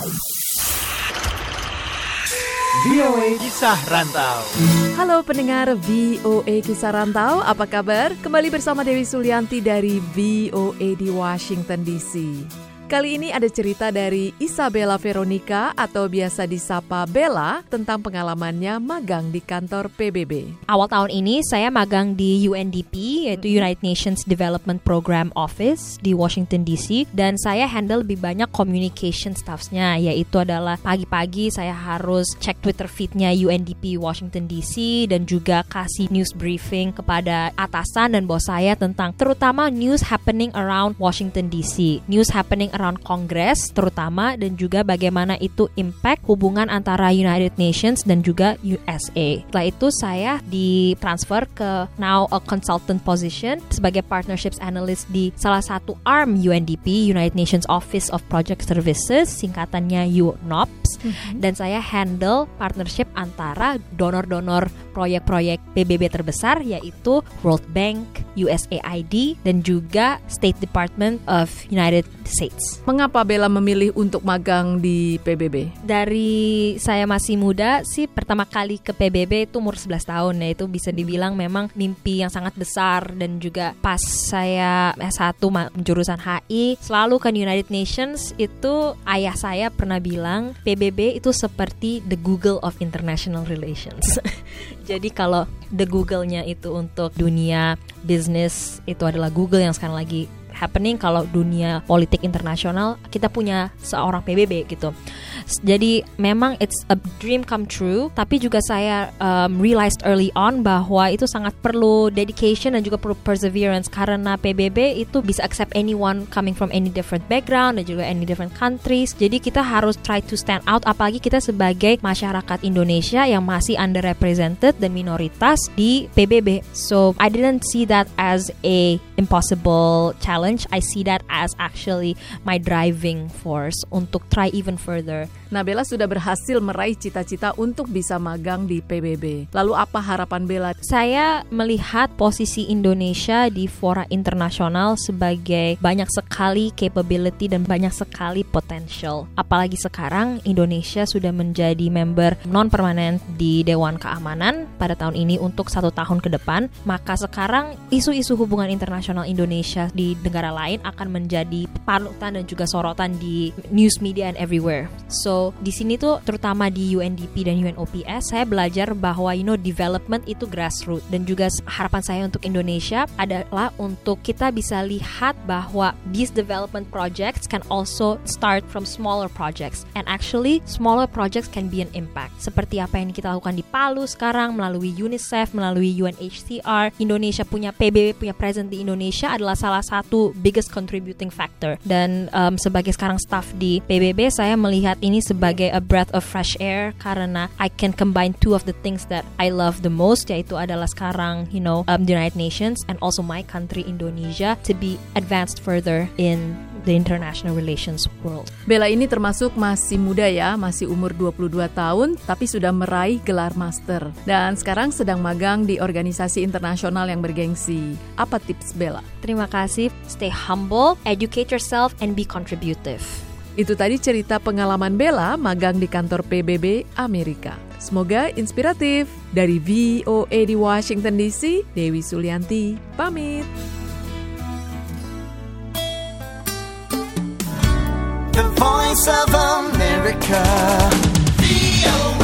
VOA Kisah Rantau. Halo pendengar VOA Kisah Rantau, apa kabar? Kembali bersama Dewi Sulianti dari VOA di Washington DC. Kali ini ada cerita dari Isabella Veronica atau biasa disapa Bella tentang pengalamannya magang di kantor PBB. Awal tahun ini saya magang di UNDP, yaitu United Nations Development Program Office di Washington DC, dan saya handle lebih banyak communication staffs-nya, yaitu adalah pagi-pagi saya harus cek Twitter feed-nya UNDP Washington DC dan juga kasih news briefing kepada atasan dan bos saya tentang terutama news happening around Washington DC, news happening around Congress terutama, dan juga bagaimana itu impact hubungan antara United Nations dan juga USA. Setelah itu saya ditransfer ke now a consultant position sebagai partnerships analyst di salah satu arm UNDP, United Nations Office of Project Services, singkatannya UNOPS, dan saya handle partnership antara donor-donor proyek-proyek PBB terbesar, yaitu World Bank, USAID, dan juga State Department of United States. Mengapa Bella memilih untuk magang di PBB? Dari saya masih muda sih, pertama kali ke PBB itu umur 11 tahun. Ya, itu bisa dibilang memang mimpi yang sangat besar. Dan juga pas saya S1 jurusan HI, selalu ke United Nations, itu ayah saya pernah bilang PBB itu seperti the Google of International Relations. Jadi kalau the Google-nya itu untuk dunia bisnis, itu adalah Google yang sekarang lagi happening. Kalau dunia politik internasional, kita punya seorang PBB gitu. Jadi memang it's a dream come true, tapi juga saya realized early on bahwa itu sangat perlu dedication dan juga perlu perseverance, karena PBB itu bisa accept anyone coming from any different background dan juga any different countries. Jadi kita harus try to stand out, apalagi kita sebagai masyarakat Indonesia yang masih underrepresented dan minoritas di PBB. So I didn't see that as a impossible challenge. I see that as actually my driving force untuk try even further. Nah, Bella sudah berhasil meraih cita-cita untuk bisa magang di PBB. Lalu apa harapan Bella? Saya melihat posisi Indonesia di fora internasional sebagai banyak sekali capability dan banyak sekali potential. Apalagi sekarang Indonesia sudah menjadi member non-permanen di Dewan Keamanan pada tahun ini untuk 1 tahun ke depan. Maka sekarang isu-isu hubungan internasional Indonesia di negara lain akan menjadi panutan dan juga sorotan di news media and everywhere. So di sini tuh terutama di UNDP dan UNOPS saya belajar bahwa development itu grassroots, dan juga harapan saya untuk Indonesia adalah untuk kita bisa lihat bahwa these development projects can also start from smaller projects, and actually smaller projects can be an impact. Seperti apa yang kita lakukan di Palu sekarang melalui UNICEF, melalui UNHCR. Indonesia punya PBB, punya presence di Indonesia adalah salah satu biggest contributing factor. Dan sebagai sekarang staff di PBB, saya melihat ini sebagai a breath of fresh air, karena I can combine two of the things that I love the most, yaitu adalah sekarang the United Nations and also my country Indonesia to be advanced further in the international relations world. Bella ini termasuk masih muda ya, masih umur 22 tahun, tapi sudah meraih gelar master. Dan sekarang sedang magang di organisasi internasional yang bergengsi. Apa tips Bella? Terima kasih. Stay humble, educate yourself, and be contributive. Itu tadi cerita pengalaman Bella magang di kantor PBB Amerika. Semoga inspiratif. Dari VOA di Washington DC, Dewi Sulianti pamit. The Voice of America. VOA.